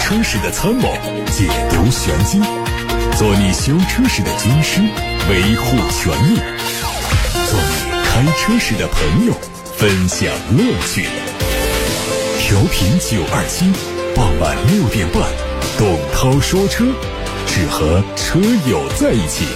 车时的参谋，解读玄机，做你修车时的军师，维护权益，做你开车时的朋友，分享乐趣。调频927，傍晚6点半，董涛说车，只和车友在一起。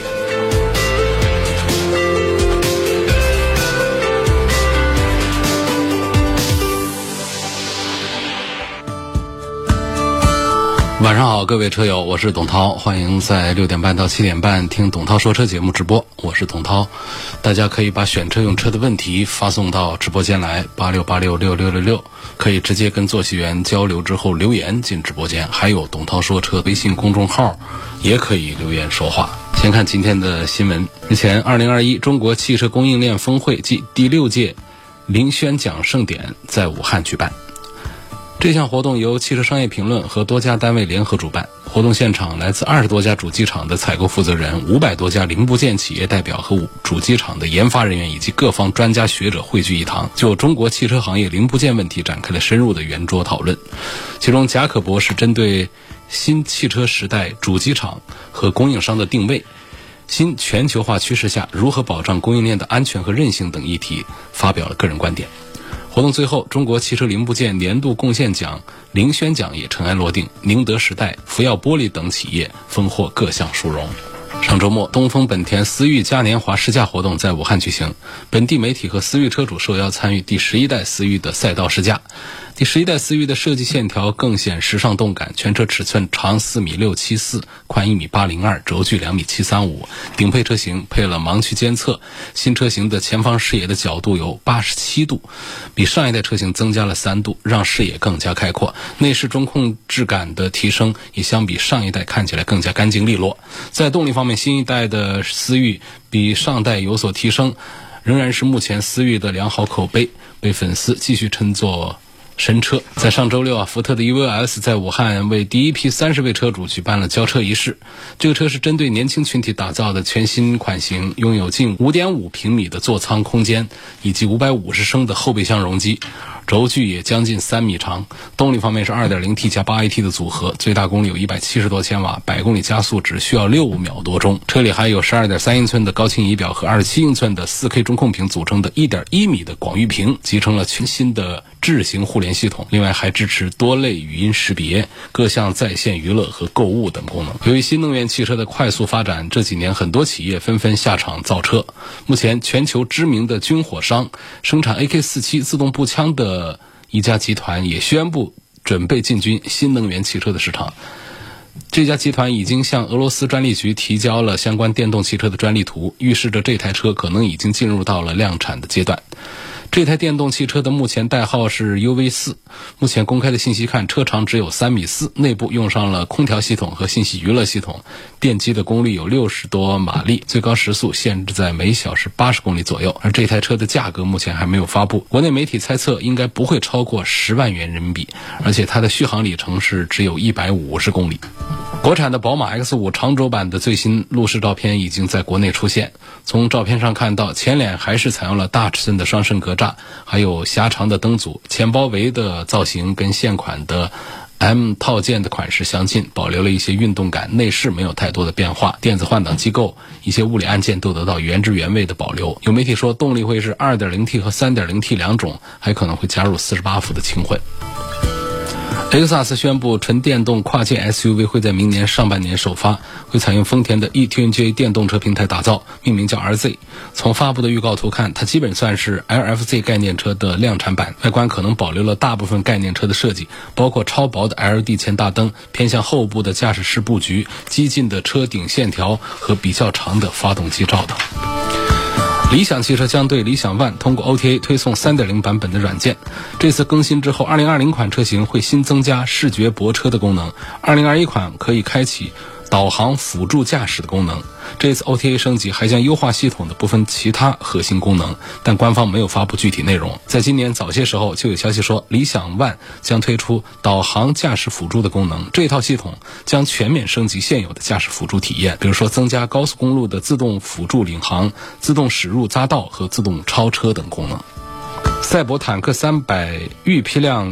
晚上好，各位车友，我是董涛，欢迎在6点半到7点半听董涛说车节目直播，我是董涛。大家可以把选车用车的问题发送到直播间来86866666，可以直接跟作息员交流之后留言进直播间，还有董涛说车微信公众号也可以留言说话。先看今天的新闻。日前2021中国汽车供应链峰会暨第6届凌轩奖盛典在武汉举办。这项活动由汽车商业评论和多家单位联合主办，活动现场来自20多家主机厂的采购负责人、500多家零部件企业代表和主机厂的研发人员以及各方专家学者汇聚一堂，就中国汽车行业零部件问题展开了深入的圆桌讨论。其中贾可博士针对新汽车时代主机厂和供应商的定位、新全球化趋势下如何保障供应链的安全和韧性等议题发表了个人观点。活动最后，中国汽车零部件年度贡献奖凌轩奖也尘埃落定，宁德时代、福耀玻璃等企业丰获各项殊荣。上周末，东风本田思域嘉年华试驾活动在武汉举行，本地媒体和思域车主受邀参与第11代思域的赛道试驾。第11代思域的设计线条更显时尚动感，全车尺寸长4.674米，宽1.802米，轴距2.735米。顶配车型配了盲区监测，新车型的前方视野的角度有87度，比上一代车型增加了3度，让视野更加开阔。内饰中控质感的提升也相比上一代看起来更加干净利落。在动力方面，新一代的思域比上代有所提升，仍然是目前思域的良好口碑，被粉丝继续称作神车。在上周六福特的 EVS 在武汉为第一批30位车主举办了交车仪式。这个车是针对年轻群体打造的全新款型，拥有近 5.5平米的座舱空间以及550升的后备箱容积，轴距也将近3米长。动力方面是 2.0T 加 8AT 的组合，最大功率有170多千瓦，100公里加速只需要6秒多钟。车里还有 12.3英寸的高清仪表和27英寸的 4K 中控屏组成的 1.1米的广域屏，集成了全新的智行互联系统，另外还支持多类语音识别、各项在线娱乐和购物等功能。由于新能源汽车的快速发展，这几年很多企业纷纷下场造车。目前全球知名的军火商生产 AK47 自动步枪的一家集团也宣布准备进军新能源汽车的市场。这家集团已经向俄罗斯专利局提交了相关电动汽车的专利图，预示着这台车可能已经进入到了量产的阶段。这台电动汽车的目前代号是 UV4， 目前公开的信息看，车长只有3.4米，内部用上了空调系统和信息娱乐系统，电机的功率有60多马力，最高时速限制在每小时80公里左右。而这台车的价格目前还没有发布，国内媒体猜测应该不会超过10万元人民币，而且它的续航里程是只有150公里。国产的宝马 X5 长轴版的最新路试照片已经在国内出现。从照片上看到，前脸还是采用了大尺寸的双肾格栅，还有狭长的灯组，前包围的造型跟现款的 M 套件的款式相近，保留了一些运动感，内饰没有太多的变化，电子换挡机构、一些物理按键都得到原汁原味的保留。有媒体说动力会是 2.0T 和 3.0T 两种，还可能会加入48伏的轻混。雷克萨斯宣布纯电动跨界 SUV 会在明年上半年首发，会采用丰田的 eTNGA 电动车平台打造，命名叫 RZ。 从发布的预告图看，它基本算是 LFZ 概念车的量产版，外观可能保留了大部分概念车的设计，包括超薄的 LED 前大灯、偏向后部的驾驶室布局、激进的车顶线条和比较长的发动机罩等。理想汽车将对理想 ONE 通过 OTA 推送 3.0 版本的软件。这次更新之后，2020款车型会新增加视觉泊车的功能，2021款可以开启导航辅助驾驶的功能。这次 OTA 升级还将优化系统的部分其他核心功能，但官方没有发布具体内容。在今年早些时候就有消息说，理想 ONE 将推出导航驾驶辅助的功能，这套系统将全面升级现有的驾驶辅助体验，比如说增加高速公路的自动辅助领航、自动驶入匝道和自动超车等功能。赛博坦克300预批量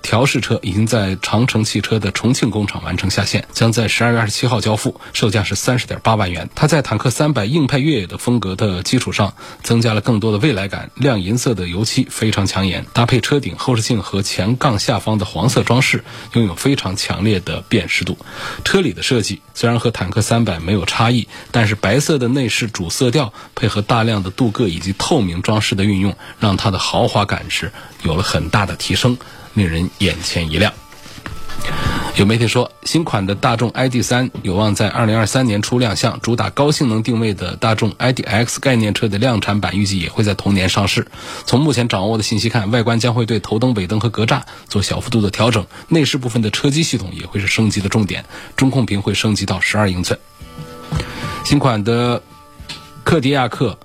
调试车已经在长城汽车的重庆工厂完成下线，将在12月27号交付，售价是30.8万元。它在坦克300硬派越野的风格的基础上，增加了更多的未来感，亮银色的油漆非常抢眼，搭配车顶、后视镜和前杠下方的黄色装饰，拥有非常强烈的辨识度。车里的设计虽然和坦克300没有差异，但是白色的内饰主色调配合大量的镀铬以及透明装饰的运用，让它的豪华感是有了很大的提升，令人眼前一亮。有媒体说，新款的大众 ID.3 有望在2023年初亮相，主打高性能定位的大众 ID.X 概念车的量产版预计也会在同年上市。从目前掌握的信息看，外观将会对头灯、尾灯和格栅做小幅度的调整，内饰部分的车机系统也会是升级的重点，中控屏会升级到12英寸。新款的柯迪亚克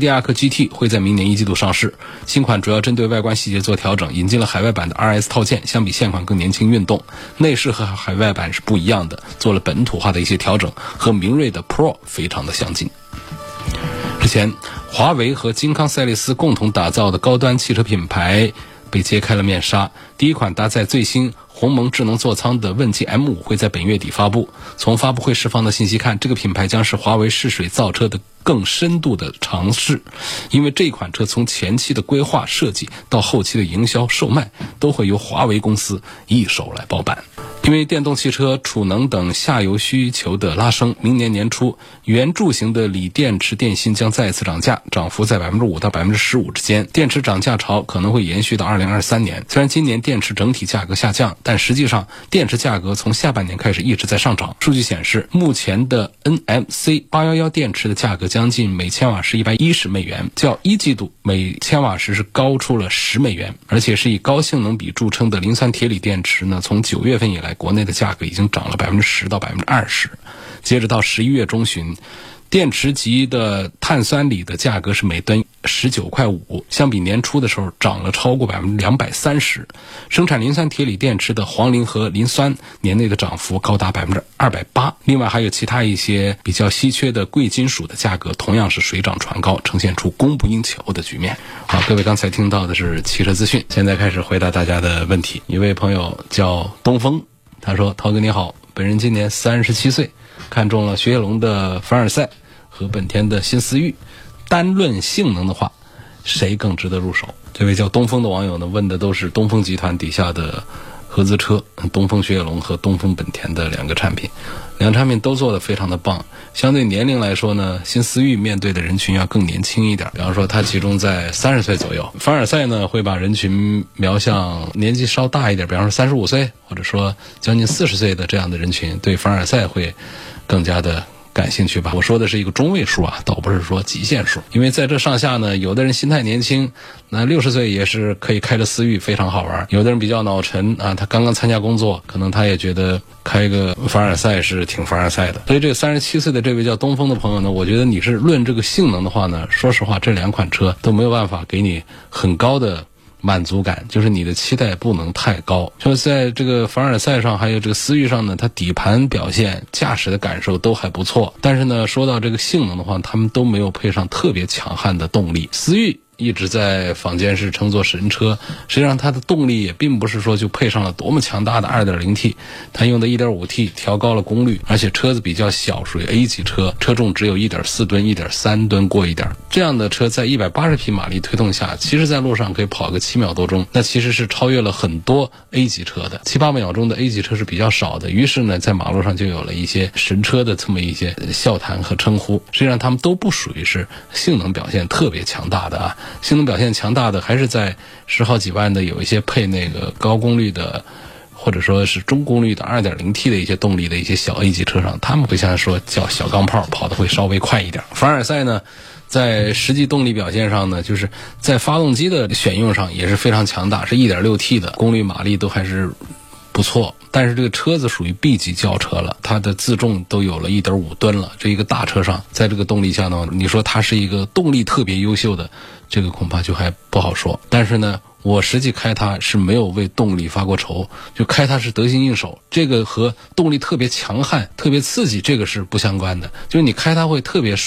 GT 会在明年1季度上市。新款主要针对外观细节做调整，引进了海外版的 RS 套件，相比现款更年轻运动。内饰和海外版是不一样的，做了本土化的一些调整，和明锐的 Pro 非常的相近。之前华为和金康赛力斯共同打造的高端汽车品牌被揭开了面纱。第一款搭载最新鸿蒙智能座舱的问界 M5 会在本月底发布。从发布会释放的信息看，这个品牌将是华为试水造车的更深度的尝试，因为这款车从前期的规划设计到后期的营销售卖，都会由华为公司一手来包办。因为电动汽车储能等下游需求的拉升，明年年初圆柱形的锂电池电芯将再次涨价，涨幅在 5% 到 15% 之间。电池涨价潮可能会延续到2023年。虽然今年电池整体价格下降，但实际上电池价格从下半年开始一直在上涨。数据显示，目前的 NMC 811电池的价格将近每千瓦时110美元，较一季度每千瓦时是高出了10美元，而且是以高性能比著称的磷酸铁锂电池呢，从9月份以来国内的价格已经涨了 10% 到 20%。 截止到11月中旬，电池级的碳酸锂的价格是每吨19.5块，相比年初的时候涨了超过 230%。 生产磷酸铁锂电池的黄磷和磷酸年内的涨幅高达 280%。 另外还有其他一些比较稀缺的贵金属的价格同样是水涨船高，呈现出供不应求的局面。好，各位刚才听到的是汽车资讯，现在开始回答大家的问题。一位朋友叫东风，他说：涛哥你好，本人今年37岁，看中了雪铁龙的凡尔赛和本田的新思域，单论性能的话，谁更值得入手？这位叫东风的网友呢，问的都是东风集团底下的合资车，东风雪铁龙和东风本田的两个产品，两个产品都做得非常的棒。相对年龄来说呢，新思域面对的人群要更年轻一点，比方说它集中在30岁左右。凡尔赛呢，会把人群瞄向年纪稍大一点，比方说35岁或者说将近40岁的这样的人群，对凡尔赛会更加的感兴趣吧。我说的是一个中位数啊，倒不是说极限数。因为在这上下呢，有的人心态年轻，那60岁也是可以开着思域非常好玩。有的人比较脑沉啊，他刚刚参加工作，可能他也觉得开个凡尔赛是挺凡尔赛的。所以这个37岁的这位叫东风的朋友呢，我觉得你是论这个性能的话呢，说实话这两款车都没有办法给你很高的满足感，就是你的期待不能太高。就在这个凡尔赛上还有这个思域上呢，它底盘表现、驾驶的感受都还不错，但是呢，说到这个性能的话，他们都没有配上特别强悍的动力。思域一直在坊间是称作神车，实际上它的动力也并不是说就配上了多么强大的 2.0T， 它用的 1.5T 调高了功率，而且车子比较小，属于 A 级车，车重只有 1.4 吨 1.3 吨过一点。这样的车在180匹马力推动下，其实在路上可以跑个7秒多钟，那其实是超越了很多 A 级车的。7-8秒钟的 A 级车是比较少的，于是呢，在马路上就有了一些神车的这么一些笑谈和称呼。实际上他们都不属于是性能表现特别强大的啊，性能表现强大的还是在10好几万的有一些配那个高功率的或者说是中功率的 2.0T 的一些动力的一些小 A 级车上，他们会像说叫小钢炮，跑得会稍微快一点。凡尔赛呢，在实际动力表现上呢，就是在发动机的选用上也是非常强大，是 1.6T 的，功率马力都还是不错。但是这个车子属于 B 级轿车了，它的自重都有了 1.5 吨了，这一个大车上，在这个动力下呢，你说它是一个动力特别优秀的，这个恐怕就还不好说。但是呢，我实际开它是没有为动力发过愁，就开它是得心应手，这个和动力特别强悍特别刺激这个是不相关的，就是你开它会特别顺，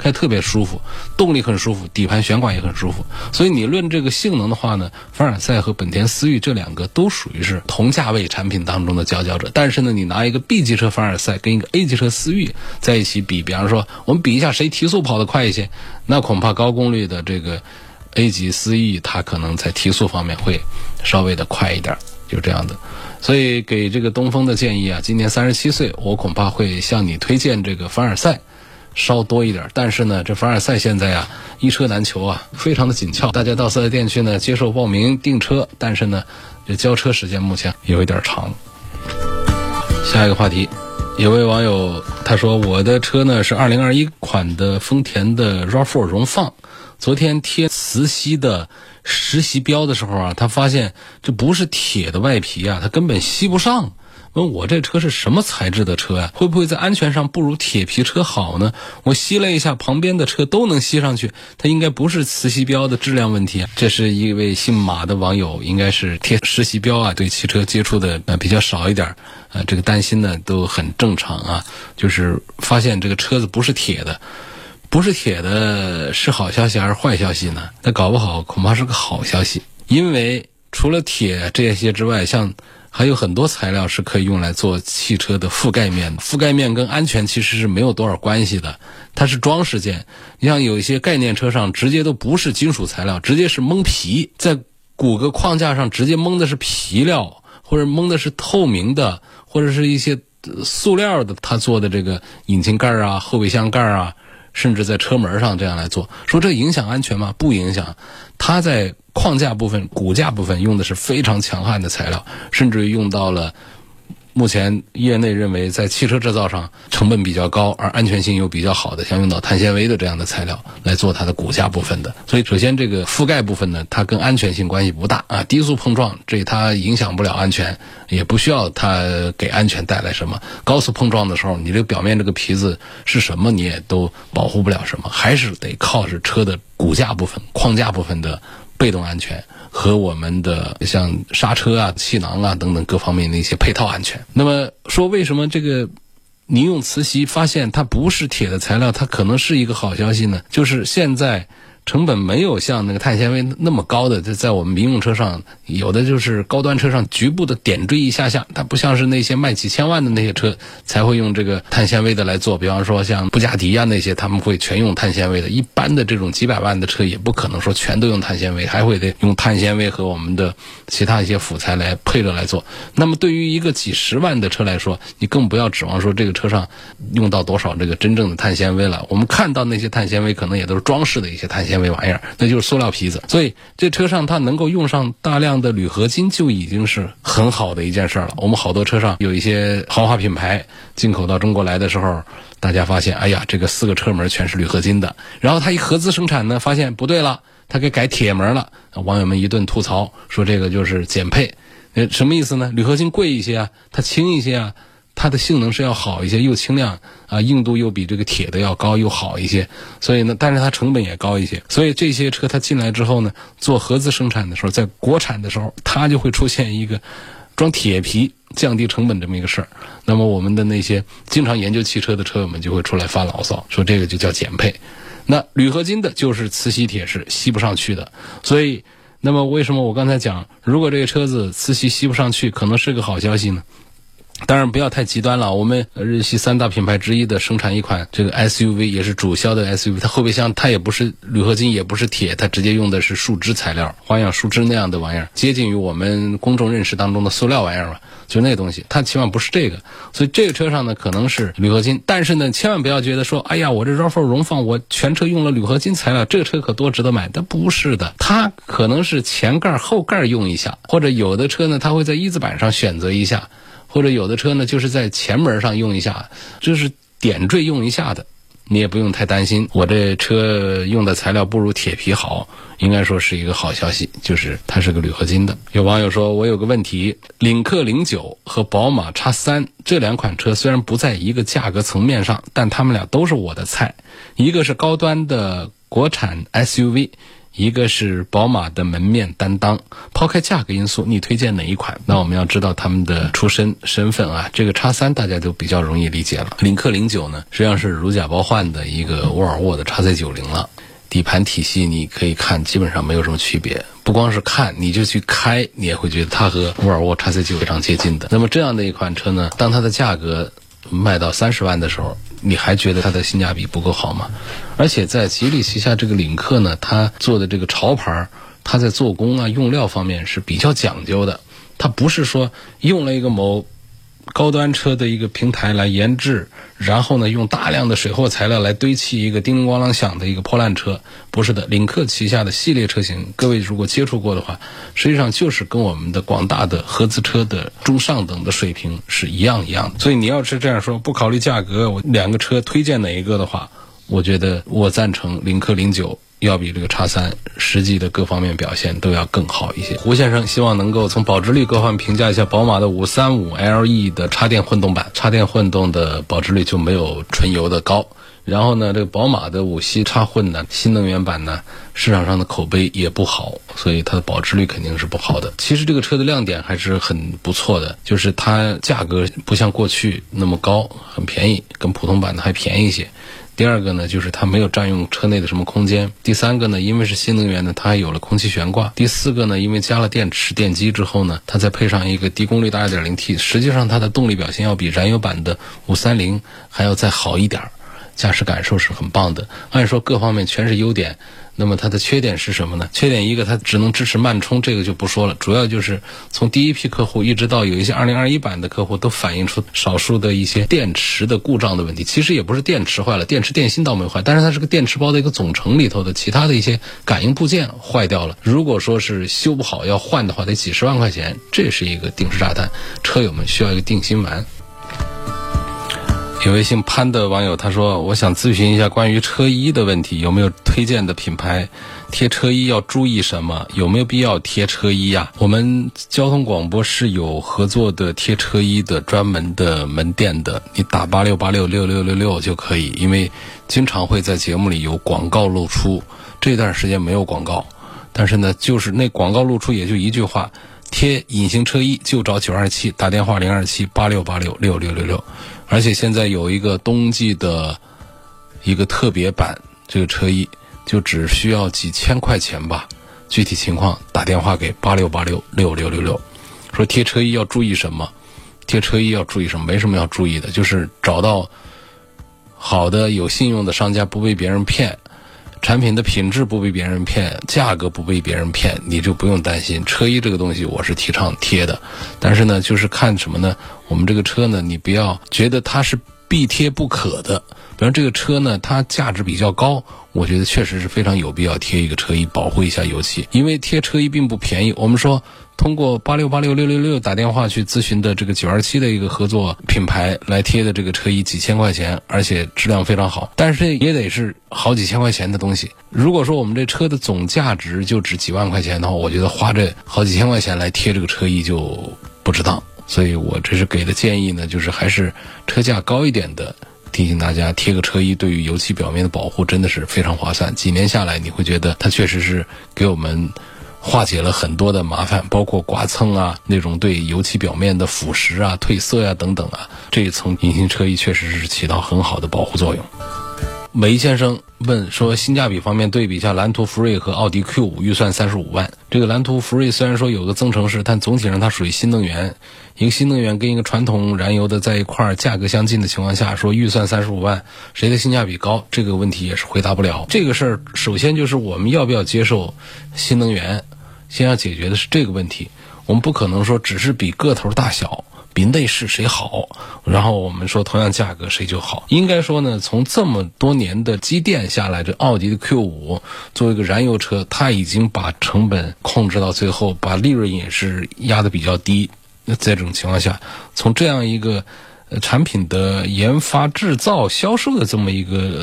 开特别舒服，动力很舒服，底盘悬挂也很舒服。所以你论这个性能的话呢，凡尔赛和本田思域这两个都属于是同价位产品当中的佼佼者。但是呢，你拿一个 B 级车凡尔赛跟一个 A 级车思域在一起比方说我们比一下谁提速跑得快一些，那恐怕高功率的这个 A 级思域它可能在提速方面会稍微的快一点，就这样的。所以给这个东风的建议啊，今年37岁，我恐怕会向你推荐这个凡尔赛稍多一点。但是呢，这凡尔赛现在啊一车难求啊，非常的紧俏，大家到4S店去呢接受报名订车，但是呢这交车时间目前有一点长。下一个话题，有位网友他说，我的车呢是2021款的丰田的 RAV4 荣放，昨天贴磁吸的实习标的时候啊，他发现这不是铁的外皮啊，它根本吸不上。问我这车是什么材质的车啊？会不会在安全上不如铁皮车好呢？我吸了一下，旁边的车都能吸上去，它应该不是磁吸标的质量问题啊。这是一位姓马的网友，应该是贴实习标啊，对汽车接触的比较少一点，这个担心呢都很正常啊。就是发现这个车子不是铁的。不是铁的是好消息还是坏消息呢？那搞不好恐怕是个好消息，因为除了铁这些之外，像还有很多材料是可以用来做汽车的覆盖面的。覆盖面跟安全其实是没有多少关系的，它是装饰件。你像有一些概念车上直接都不是金属材料，直接是蒙皮，在骨骼框架上直接蒙的是皮料，或者蒙的是透明的，或者是一些塑料的，它做的这个引擎盖啊、后备箱盖啊，甚至在车门上这样来做。说这影响安全吗？不影响。它在框架部分、骨架部分用的是非常强悍的材料，甚至于用到了目前业内认为在汽车制造上成本比较高而安全性又比较好的，像用到碳纤维的这样的材料来做它的骨架部分的。所以首先这个覆盖部分呢，它跟安全性关系不大啊，低速碰撞这它影响不了安全，也不需要它给安全带来什么。高速碰撞的时候，你这个表面这个皮子是什么你也都保护不了什么，还是得靠是车的骨架部分、框架部分的被动安全和我们的像刹车啊、气囊啊等等各方面的一些配套安全。那么说为什么这个你用磁吸发现它不是铁的材料，它可能是一个好消息呢？就是现在成本没有像那个碳纤维那么高的，在我们民用车上有的就是高端车上局部的点缀一下下，它不像是那些卖几千万的那些车才会用这个碳纤维的来做。比方说像布加迪啊那些，他们会全用碳纤维的。一般的这种几百万的车也不可能说全都用碳纤维，还会得用碳纤维和我们的其他一些辅材来配着来做。那么对于一个几十万的车来说，你更不要指望说这个车上用到多少这个真正的碳纤维了。我们看到那些碳纤维可能也都是装饰的一些碳纤维玩意儿，那就是塑料皮子。所以这车上它能够用上大量的铝合金就已经是很好的一件事了。我们好多车上有一些豪华品牌进口到中国来的时候，大家发现哎呀这个4个车门全是铝合金的，然后它一合资生产呢，发现不对了，它给改铁门了。网友们一顿吐槽说这个就是减配。什么意思呢？铝合金贵一些啊，它轻一些啊，它的性能是要好一些，又轻量啊，硬度又比这个铁的要高又好一些，所以呢，但是它成本也高一些。所以这些车它进来之后呢，做合资生产的时候，在国产的时候，它就会出现一个装铁皮降低成本这么一个事儿。那么我们的那些经常研究汽车的车友们就会出来发牢骚，说这个就叫减配。那铝合金的就是磁吸铁是吸不上去的，所以那么为什么我刚才讲，如果这个车子磁吸吸不上去，可能是个好消息呢？当然不要太极端了，我们日系3大品牌之一的生产一款这个 SUV， 也是主销的 SUV， 它后备箱它也不是铝合金也不是铁，它直接用的是树脂材料，花样树脂那样的玩意儿，接近于我们公众认识当中的塑料玩意儿吧，就那东西，它起码不是这个。所以这个车上呢可能是铝合金，但是呢千万不要觉得说哎呀我这 RAV4 荣放我全车用了铝合金材料，这个车可多值得买。它不是的，它可能是前盖后盖用一下，或者有的车呢它会在一字板上选择一下，或者有的车呢就是在前门上用一下，就是点缀用一下的，你也不用太担心我这车用的材料不如铁皮好，应该说是一个好消息，就是它是个铝合金的。有网友说我有个问题，领克09和宝马 X3 这2款车虽然不在一个价格层面上，但他们俩都是我的菜，一个是高端的国产 SUV， 一个是宝马的门面担当。抛开价格因素，你推荐哪一款？那我们要知道他们的出身身份啊。这个 X3 大家就比较容易理解了。领克09呢，实际上是如假包换的一个沃尔沃的 XC90 了。底盘体系你可以看，基本上没有什么区别。不光是看，你就去开，你也会觉得它和沃尔沃 XC90 非常接近的。那么这样的一款车呢，当它的价格卖到30万的时候，你还觉得它的性价比不够好吗？而且在吉利旗下这个领克呢，它做的这个潮牌，它在做工啊、用料方面是比较讲究的。它不是说用了一个某高端车的一个平台来研制，然后呢用大量的水货材料来堆砌一个叮铃咣啷响的一个破烂车。不是的，领克旗下的系列车型，各位如果接触过的话，实际上就是跟我们的广大的合资车的中上等的水平是一样的。所以你要是这样说，不考虑价格，我两个车推荐哪一个的话，我觉得我赞成领克09要比这个 X3 实际的各方面表现都要更好一些。胡先生希望能够从保值率各方面评价一下宝马的535 LE 的插电混动版。插电混动的保值率就没有纯油的高。然后呢，这个宝马的5系插混呢，新能源版呢，市场上的口碑也不好，所以它的保值率肯定是不好的。其实这个车的亮点还是很不错的，就是它价格不像过去那么高，很便宜，跟普通版的还便宜一些。第二个呢，就是它没有占用车内的什么空间。第三个呢，因为是新能源呢，它还有了空气悬挂。第四个呢，因为加了电池电机之后呢，它再配上一个低功率的 2.0T， 实际上它的动力表现要比燃油版的530还要再好一点，驾驶感受是很棒的。按说各方面全是优点，那么它的缺点是什么呢？缺点一个，它只能支持慢充，这个就不说了。主要就是从第一批客户一直到有一些2021版的客户都反映出少数的一些电池的故障的问题。其实也不是电池坏了，电池电芯倒没坏，但是它是个电池包的一个总成里头的其他的一些感应部件坏掉了。如果说是修不好要换的话，得几十万块钱，这是一个定时炸弹，车友们需要一个定心丸。有位姓潘的网友他说，我想咨询一下关于车衣的问题，有没有推荐的品牌？贴车衣要注意什么？有没有必要贴车衣呀？我们交通广播是有合作的贴车衣的专门的门店的，你打86866666就可以，因为经常会在节目里有广告露出，这段时间没有广告，但是呢，就是那广告露出也就一句话，贴隐形车衣就找927，打电话02786866666。而且现在有一个冬季的一个特别版，这个车衣就只需要几千块钱吧，具体情况打电话给86866666。说贴车衣要注意什么？贴车衣要注意什么？没什么要注意的，就是找到好的有信用的商家，不被别人骗，产品的品质不被别人骗，价格不被别人骗，你就不用担心。车衣这个东西我是提倡贴的，但是呢，就是看什么呢？我们这个车呢，你不要觉得它是必贴不可的。比方这个车呢，它价值比较高，我觉得确实是非常有必要贴一个车衣，保护一下油漆。因为贴车衣并不便宜。我们说通过86866666打电话去咨询的这个927的一个合作品牌来贴的这个车衣几千块钱，而且质量非常好，但是也得是好几千块钱的东西。如果说我们这车的总价值就值几万块钱的话，我觉得花这好几千块钱来贴这个车衣就不值当。所以我这是给的建议呢，就是还是车价高一点的，提醒大家贴个车衣对于油漆表面的保护真的是非常划算。几年下来你会觉得它确实是给我们化解了很多的麻烦，包括刮蹭啊，那种对油漆表面的腐蚀啊、褪色啊等等啊，这一层隐形车衣确实是起到很好的保护作用。梅先生问说，性价比方面对比一下蓝图福瑞和奥迪 Q5， 预算35万。这个蓝图福瑞虽然说有个增程式，但总体上它属于新能源，一个新能源跟一个传统燃油的在一块儿价格相近的情况下，说预算35万，谁的性价比高？这个问题也是回答不了。这个事儿首先就是我们要不要接受新能源，先要解决的是这个问题。我们不可能说只是比个头大小，比内饰谁好，然后我们说同样价格谁就好。应该说呢，从这么多年的积淀下来，这奥迪的 Q5 作为一个燃油车，它已经把成本控制到最后，把利润也是压得比较低。那在这种情况下，从这样一个产品的研发、制造、销售的这么一个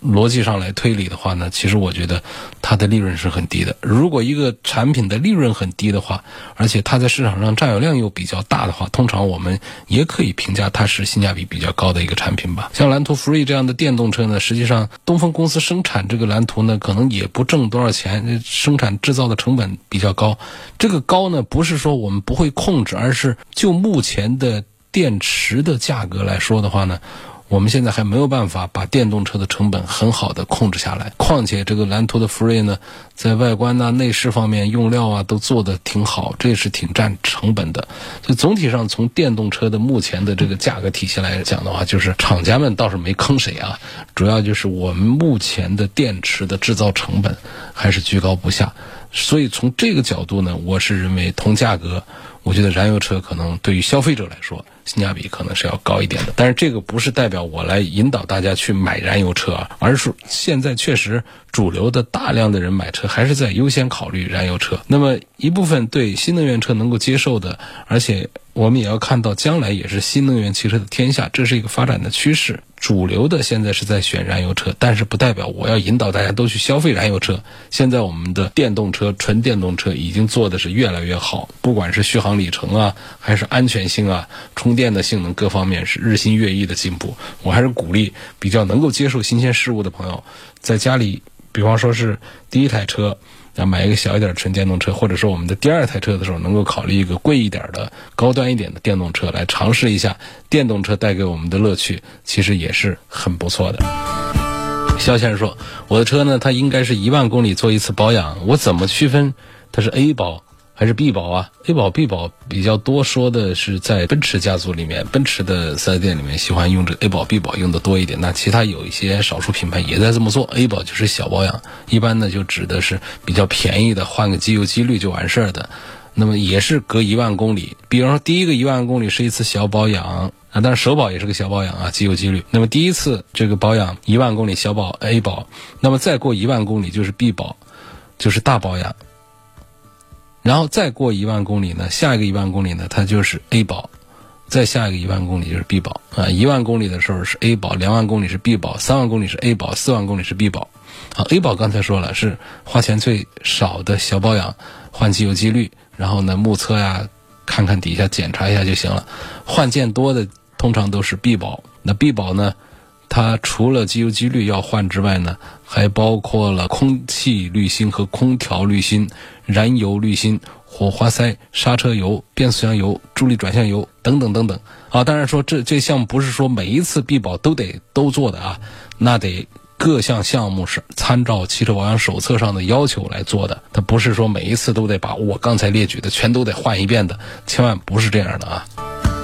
逻辑上来推理的话呢，其实我觉得它的利润是很低的。如果一个产品的利润很低的话，而且它在市场上占有量又比较大的话，通常我们也可以评价它是性价比比较高的一个产品吧。像蓝图 Free 这样的电动车呢，实际上东风公司生产这个蓝图呢，可能也不挣多少钱，生产制造的成本比较高。这个高呢，不是说我们不会控制，而是就目前的电池的价格来说的话呢，我们现在还没有办法把电动车的成本很好的控制下来。况且这个蓝图的 Free 呢，在外观啊、内饰方面、用料啊都做得挺好，这是挺占成本的。所以总体上从电动车的目前的这个价格体系来讲的话，就是厂家们倒是没坑谁啊，主要就是我们目前的电池的制造成本还是居高不下。所以从这个角度呢，我是认为同价格，我觉得燃油车可能对于消费者来说性价比可能是要高一点的。但是这个不是代表我来引导大家去买燃油车啊，而是现在确实主流的大量的人买车还是在优先考虑燃油车。那么一部分对新能源车能够接受的，而且我们也要看到将来也是新能源汽车的天下，这是一个发展的趋势。主流的现在是在选燃油车，但是不代表我要引导大家都去消费燃油车。现在我们的电动车、纯电动车已经做的是越来越好，不管是续航里程啊，还是安全性啊，充电的性能各方面是日新月异的进步。我还是鼓励比较能够接受新鲜事物的朋友，在家里比方说是第一台车买一个小一点纯电动车，或者说我们的第二台车的时候，能够考虑一个贵一点的高端一点的电动车来尝试一下电动车带给我们的乐趣，其实也是很不错的。肖先生说，我的车呢，它应该是1万公里做一次保养，我怎么区分它是 A 保还是 B 保啊？ A 保 B 保比较多说的是在奔驰家族里面，奔驰的4S店里面喜欢用这个 A 保 B 保用的多一点，那其他有一些少数品牌也在这么做。 A 保就是小保养，一般呢就指的是比较便宜的，换个机油机滤就完事儿的，那么也是隔1万公里。比方说第一个1万公里是一次小保养啊，当然首保也是个小保养啊，机油机滤。那么第一次这个保养1万公里小保 A 保，那么再过1万公里就是 B 保，就是大保养。然后再过1万公里呢，下一个1万公里呢，它就是 A 保，再下一个1万公里就是 B 保啊。1万公里的时候是 A 保，2万公里是 B 保，3万公里是 A 保，4万公里是 B 保。A 保刚才说了是花钱最少的小保养，换机油机滤，然后呢目测呀，看看底下检查一下就行了。换件多的通常都是 B 保。那 B 保呢，它除了机油机滤要换之外呢，还包括了空气滤芯和空调滤芯、燃油滤芯、火花塞、刹车油、变速箱油、助力转向油等等等等啊。当然说这项目不是说每一次 B 保都做的啊，那得各项项目是参照汽车保养手册上的要求来做的，它不是说每一次都得把我刚才列举的全都得换一遍的，千万不是这样的啊。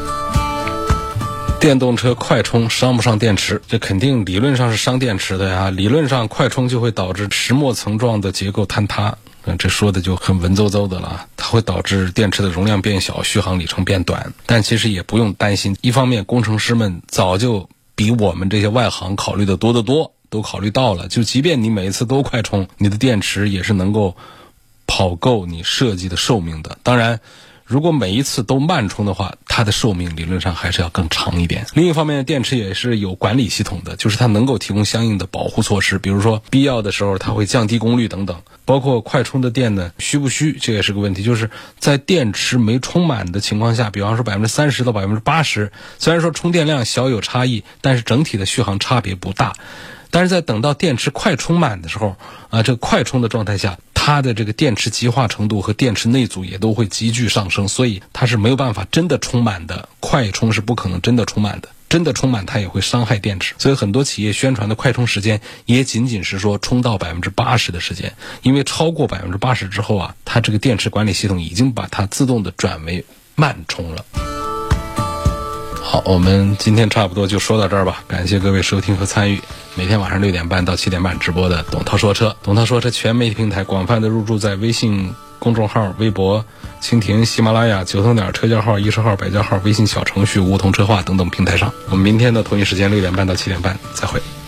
电动车快充伤不伤电池？这肯定理论上是伤电池的呀。理论上快充就会导致石墨层状的结构坍塌，这说的就很文绉绉的了。它会导致电池的容量变小，续航里程变短。但其实也不用担心，一方面工程师们早就比我们这些外行考虑的多得多，都考虑到了，就即便你每一次都快充，你的电池也是能够跑够你设计的寿命的。当然如果每一次都慢充的话，它的寿命理论上还是要更长一点。另一方面，电池也是有管理系统的，就是它能够提供相应的保护措施，比如说必要的时候它会降低功率等等。包括快充的电呢，虚不虚，这也是个问题。就是在电池没充满的情况下，比方说30%到80%，虽然说充电量小有差异，但是整体的续航差别不大。但是在等到电池快充满的时候啊，这个快充的状态下，它的这个电池极化程度和电池内阻也都会急剧上升，所以它是没有办法真的充满的。快充是不可能真的充满的，真的充满它也会伤害电池。所以很多企业宣传的快充时间也仅仅是说充到80%的时间，因为超过80%之后啊，它这个电池管理系统已经把它自动的转为慢充了。好，我们今天差不多就说到这儿吧，感谢各位收听和参与每天晚上6点半到7点半直播的董涛说车。董涛说车全媒体平台广泛的入驻在微信公众号、微博、蜻蜓、喜马拉雅、九头鸟车架号、易车号、百家号、微信小程序、梧桐车话等等平台上。我们明天的同一时间6点半到7点半再会。